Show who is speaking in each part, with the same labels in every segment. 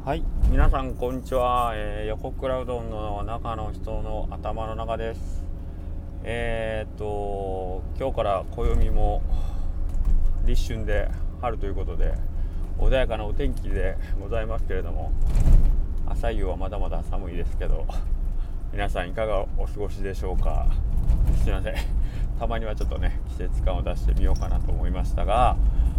Speaker 1: はい、皆さんこんにちは、横倉うどんの中の人の頭の中です。今日から暦も立春で春ということで穏やかなお天気でございますけれども、朝夕はまだまだ寒いですけど、皆さんいかがお過ごしでしょうか。すいません、たまにはちょっとね季節感を出してみようかなと思いましたが、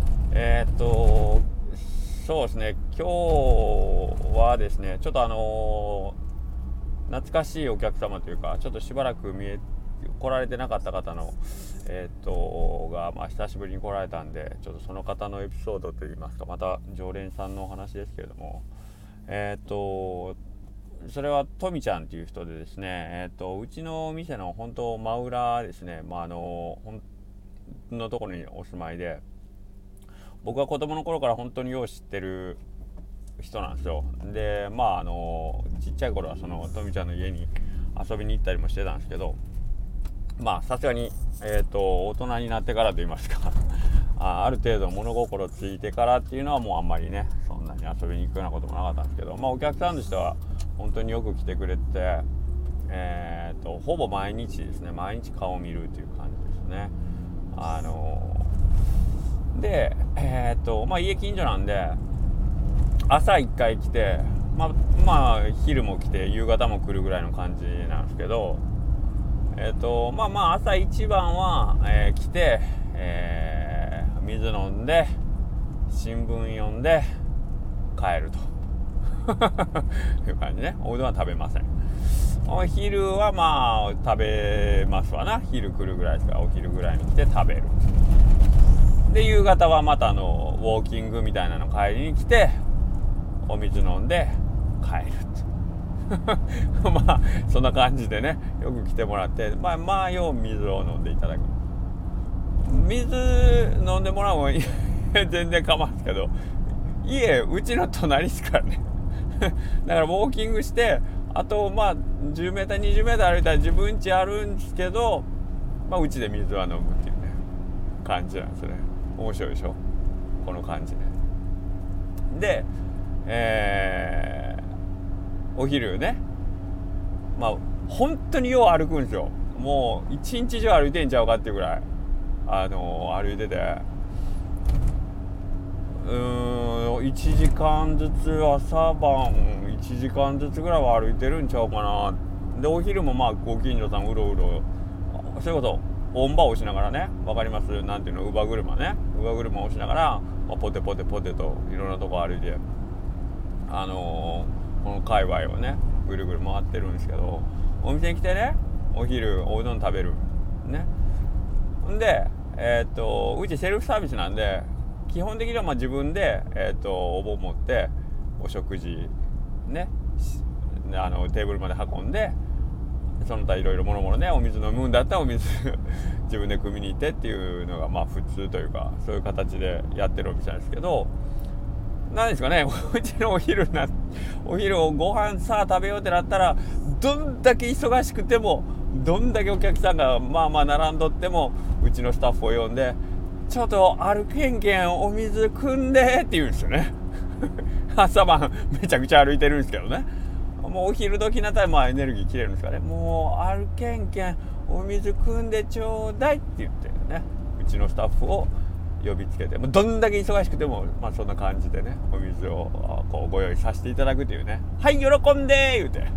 Speaker 1: そうですね、今日はですね、ちょっと懐かしいお客様というか、ちょっとしばらく来られてなかった方のが、久しぶりに来られたんで、ちょっとその方のエピソードといいますか、また常連さんのお話ですけれども、それはトミちゃんっていう人でですね、うちの店の本当真裏ですね、本のところにお住まいで、僕は子供の頃から本当によう知ってる人なんですよ。で、ちっちゃい頃はそのトミちゃんの家に遊びに行ったりもしてたんですけど、さすがに、大人になってからと言いますかある程度物心ついてからっていうのはもうあんまりね、そんなに遊びに行くようなこともなかったんですけど、お客さんとしては本当によく来てくれて、ほぼ毎日ですね、毎日顔を見るという感じですね。で、家近所なんで、朝1回来て、昼も来て夕方も来るぐらいの感じなんですけど、朝一番は、来て、水飲んで新聞読んで帰るという感じね。おうどんは食べません。お昼は食べますわな。昼来るぐらいですから、お昼ぐらいに来て食べる。で夕方はまたウォーキングみたいなの帰りに来てお水飲んで帰るとそんな感じでね、よく来てもらって、よう水を飲んでいただく。水飲んでもらうも全然構わんですけど、うちの隣ですからねだからウォーキングして、あと10メーター20メーター歩いたら自分家あるんですけど、うちで水は飲むっていうね感じなんですね。面白いでしょ、この感じね。で、お昼ね、本当によう歩くんですよ。もう一日中歩いてんちゃうかっていうぐらい歩いてて、1時間ずつ、朝晩1時間ずつぐらいは歩いてるんちゃうかな。でお昼もご近所さんうろうろ、それこそオンバ押しながらね、わかります、なんていうの、乳母車ね、乳母車押しながら、ポテポテポテといろんなとこ歩いて、この界隈をねぐるぐる回ってるんですけど、お店に来てね、お昼おうどん食べるね。んでうちセルフサービスなんで、基本的には自分で、お盆持ってお食事ね、テーブルまで運んで、その他いろいろもろもろね、お水飲むんだったらお水自分で汲みに行ってっていうのが普通というか、そういう形でやってるお店なんですけど、なんですかね、うちのお昼をご飯さあ食べようってなったら、どんだけ忙しくても、どんだけお客さんが並んどっても、うちのスタッフを呼んで、ちょっと歩けんけんお水汲んでって言うんですよね朝晩めちゃくちゃ歩いてるんですけどね、もうお昼時になったらエネルギー切れるんですからね、もう歩けんけんお水汲んでちょうだいって言ってね、うちのスタッフを呼びつけて、どんだけ忙しくても、そんな感じでね、お水をこうご用意させていただくというね、はい喜んで言うて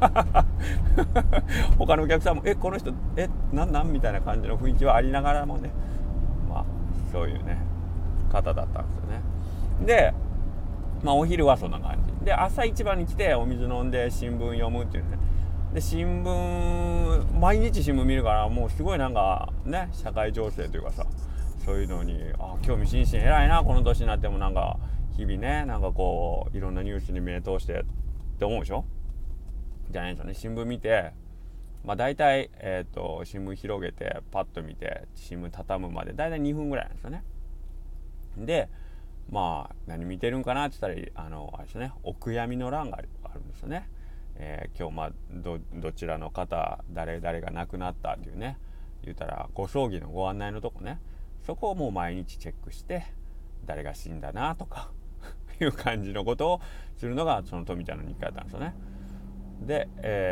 Speaker 1: 他のお客さんもこの人なんみたいな感じの雰囲気はありながらもね、そういうね方だったんですよね。でお昼はそんな感じで、朝一番に来てお水飲んで新聞読むっていうね。で新聞毎日新聞見るから、もうすごいなんかね、社会情勢というかさ、そういうのに興味津々、偉いなこの年になっても、なんか日々ね、なんかこういろんなニュースに目通してって思うでしょ。じゃないですよね。新聞見て、大体、新聞広げてパッと見て新聞畳むまで大体2分ぐらいなんですよね。で何見てるんかなって言ったら、あれですね、お悔やみの欄があるんですよね。今日どちらの方誰々が亡くなったっていうね、言ったらご葬儀のご案内のとこね、そこをもう毎日チェックして、誰が死んだなとかいう感じのことをするのがその富ちゃんの日課だったんですよね。で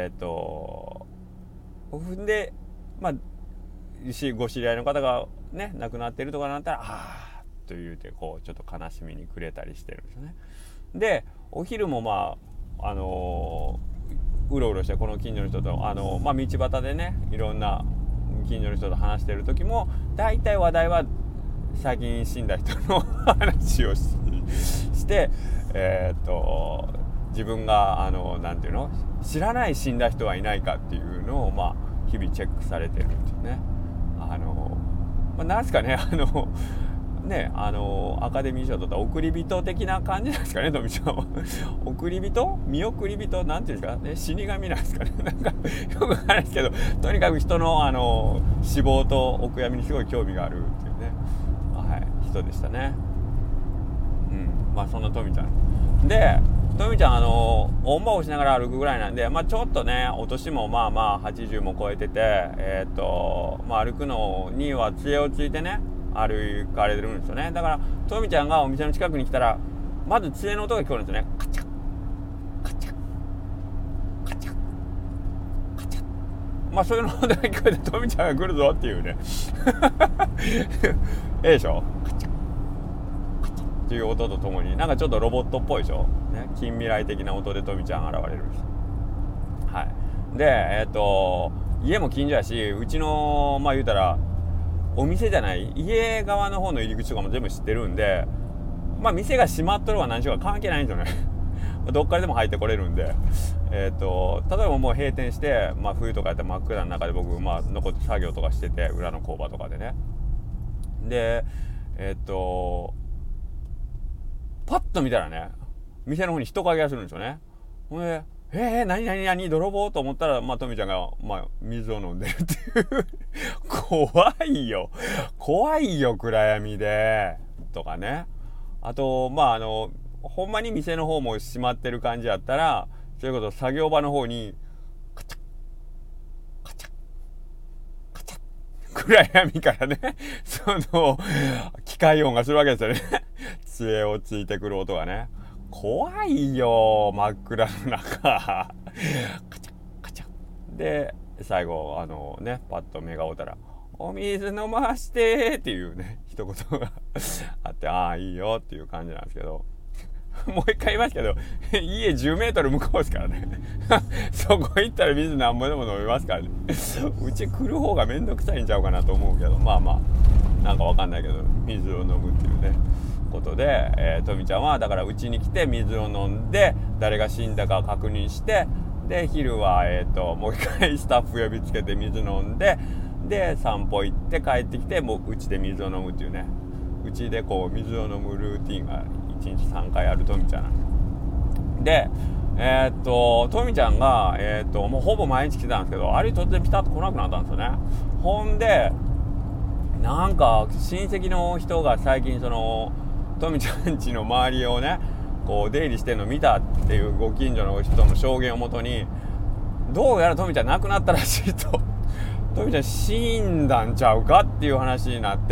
Speaker 1: でまあご知り合いの方がね亡くなってるとかなったら、ああと言うてこうちょっと悲しみに暮れたりしてるんですよね。でお昼もまあうろうろしてこの近所の人と道端でねいろんな近所の人と話してる時も大体話題は最近死んだ人の話をして自分がなんていうの知らない死んだ人はいないかっていうのを日々チェックされてるっていうね。なんすかねアカデミー賞とった送り人的な感じなんですかね、富ちゃんは送り人見送り人なんていうんですかね、死神なんですかねなんかよくわからないですけど、とにかく人の死亡とお悔やみにすごい興味があるっていうね、人でしたね。そんな富ちゃんで、富ちゃんおんばをしながら歩くぐらいなんで、ちょっとねお年も80も超えてて歩くのには杖をついてね歩かれてるんですよね。だから富ちゃんがお店の近くに来たらまず杖の音が聞こえるんですよね。カチャッカチャッカチャッカチャッ、そういうの音が聞こえて富ちゃんが来るぞっていうねでしょ、カチャッカチャッっていう音とともになんかちょっとロボットっぽいでしょ、ね、近未来的な音で富ちゃん現れるんですよ。で家も近所やし、うちの言うたらお店じゃない家側の方の入り口とかも全部知ってるんで、店が閉まっとるは何しようか関係ないんですよねどっからでも入ってこれるんで、例えばもう閉店して、冬とかやったら真っ暗の中で僕残って作業とかしてて、裏の工場とかでね、でパッと見たらね店の方に人影がするんですよね。ほんで何泥棒と思ったら富ちゃんが水を飲んでるっていう怖いよ暗闇でとかね。あとほんまに店の方も閉まってる感じやったら、それこそ作業場の方にカチャッカチャッカチャッ暗闇からねその機械音がするわけですよね杖をついてくる音がね。怖いよ真っ暗の中カチャッカチャッで最後パッと目が合うたらお水飲ましてっていうね一言があって、ああいいよっていう感じなんですけどもう一回言いますけど家10メートル向こうですからねそこ行ったら水なんぼでも飲みますからねうち来る方がめんどくさいんちゃうかなと思うけど、なんかわかんないけど水を飲むっていうねことで、富ちゃんはだからうちに来て水を飲んで誰が死んだか確認して、で昼はもう一回スタッフ呼びつけて水飲んで、で散歩行って帰ってきてもううちで水を飲むっていうね、うちでこう水を飲むルーティンが1日3回ある富ちゃんなんで、富ちゃんがもうほぼ毎日来てたんですけど、あれ突然ピタッと来なくなったんですよね。ほんでなんか親戚の人が最近その富ちゃん家の周りをねこう出入りしてるの見たっていうご近所の人の証言をもとに、どうやら富ちゃん亡くなったらしいと富ちゃん死んだんちゃうかっていう話になって、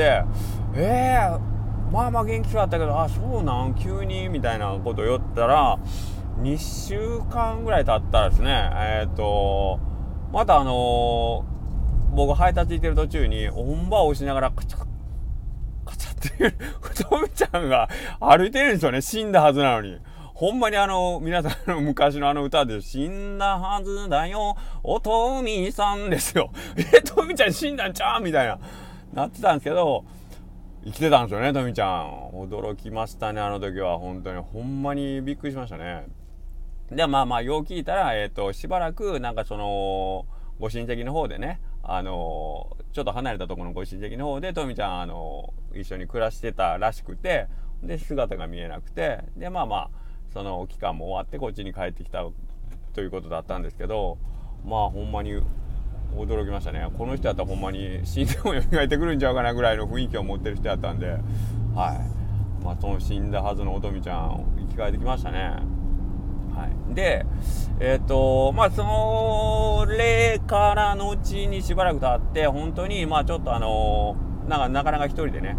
Speaker 1: 元気そうだったけど、そうなん急にみたいなことを言ったら、2週間ぐらい経ったらですねまた僕配達行ってる途中におんばをしながらカチャカチャっていう富ちゃんが歩いてるんですよね。死んだはずなのに。ほんまに皆さんの昔の歌で死んだはずだよおとみさんですよ。富ちゃん死んだんちゃうみたいなってたんですけど、生きてたんですよね富ちゃん。驚きましたねあの時は。本当にほんまにびっくりしましたね。でよう聞いたらしばらくなんかそのご親戚の方でねちょっと離れたところのご親戚の方で富ちゃん一緒に暮らしてたらしくて、で姿が見えなくて、でその期間も終わってこっちに帰ってきたということだったんですけど、ほんまに驚きましたね。この人やったらほんまに死んでも蘇ってくるんちゃうかなぐらいの雰囲気を持ってる人やったんで、その死んだはずのおとみちゃん生き返ってきましたね。でそれから後にしばらく経って本当にちょっとなかなか一人でね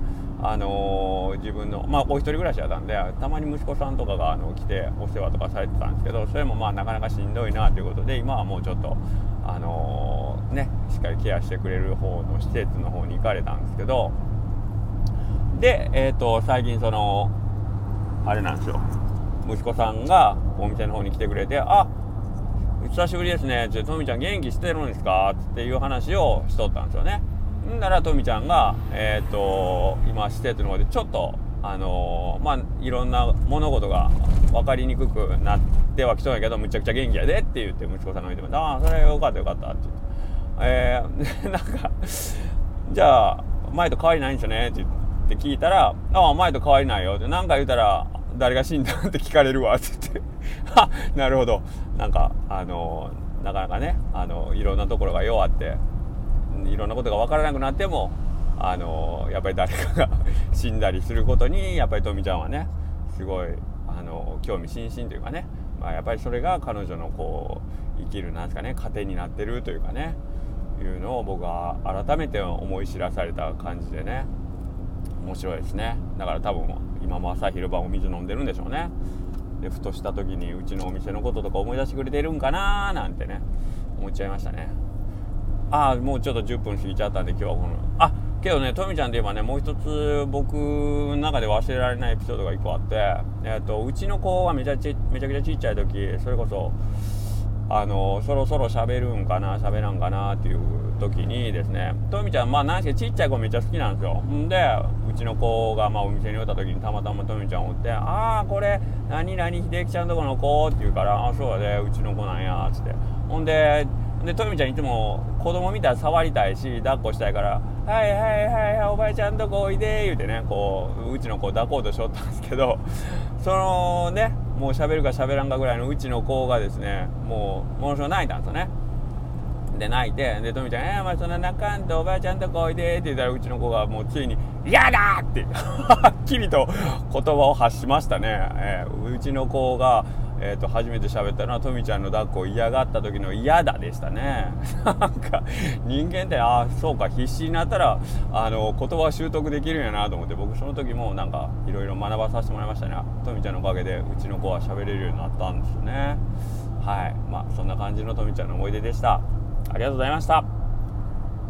Speaker 1: 自分のお一人暮らしだったんで、たまに息子さんとかが来てお世話とかされてたんですけど、それもなかなかしんどいなということで、今はもうちょっとしっかりケアしてくれる方の施設の方に行かれたんですけど、で最近あれなんですよ、息子さんがお店の方に来てくれて、久しぶりですね、トミちゃん元気してるんですかっていう話をしとったんですよね。んならトミちゃんが今施設の方でちょっといろんな物事が分かりにくくなってはきそうやけど、むちゃくちゃ元気やでって言って息子さんが言ってます。それよかったよかったって言って、なんかじゃあ前と変わりないんですよねって聞いたら、前と変わりないよって、なんか言うたら誰が死んだって聞かれるわって言ってなるほど、なんかなかなかねいろんなところが弱っていろんなことが分からなくなってもやっぱり誰かが死んだりすることにやっぱりトミちゃんはねすごい興味津々というかね、やっぱりそれが彼女の生きるなんですかね糧になってるというかね、いうのを僕は改めて思い知らされた感じでね、面白いですね。だから多分今も朝昼晩お水飲んでるんでしょうね。でふとした時にうちのお店のこととか思い出してくれてるんかなーなんてね思っちゃいましたね。もうちょっと10分過ぎちゃったんで今日はけどね、トミちゃんといえばね、もう一つ僕の中で忘れられないエピソードが1個あって、うちの子がめちゃくちゃちっちゃい時、それこそそろそろ喋るんかな喋らんかなっていう時にですね、トミちゃん何せちっちゃい子めっちゃ好きなんですよ。んでうちの子がお店におった時にたまたまトミちゃんおって、これ何々秀樹ちゃんとこの子って言うから、そうやでうちの子なんやっつって、ほんでトミちゃんいつも子供見たら触りたいし抱っこしたいから、はいはいはいはいおばあちゃんとこおいで言うてね、うちの子抱こうとしとったんですけど、もう喋るか喋らんかぐらいのうちの子がですね、ものすごい泣いたんですよね。で泣いて、でトミちゃんそんな泣かんとおばあちゃんとこおいでって言ったら、うちの子がもうついに嫌だってはっきりと言葉を発しましたね。うちの子が初めて喋ったのはトミちゃんの抱っこを嫌がった時の嫌だでしたね。なんか人間ってそうか、必死になったら言葉習得できるんやなと思って、僕その時もなんかいろいろ学ばさせてもらいましたね。トミちゃんのおかげでうちの子は喋れるようになったんですよね。はい、そんな感じのトミちゃんの思い出でした。ありがとうございました。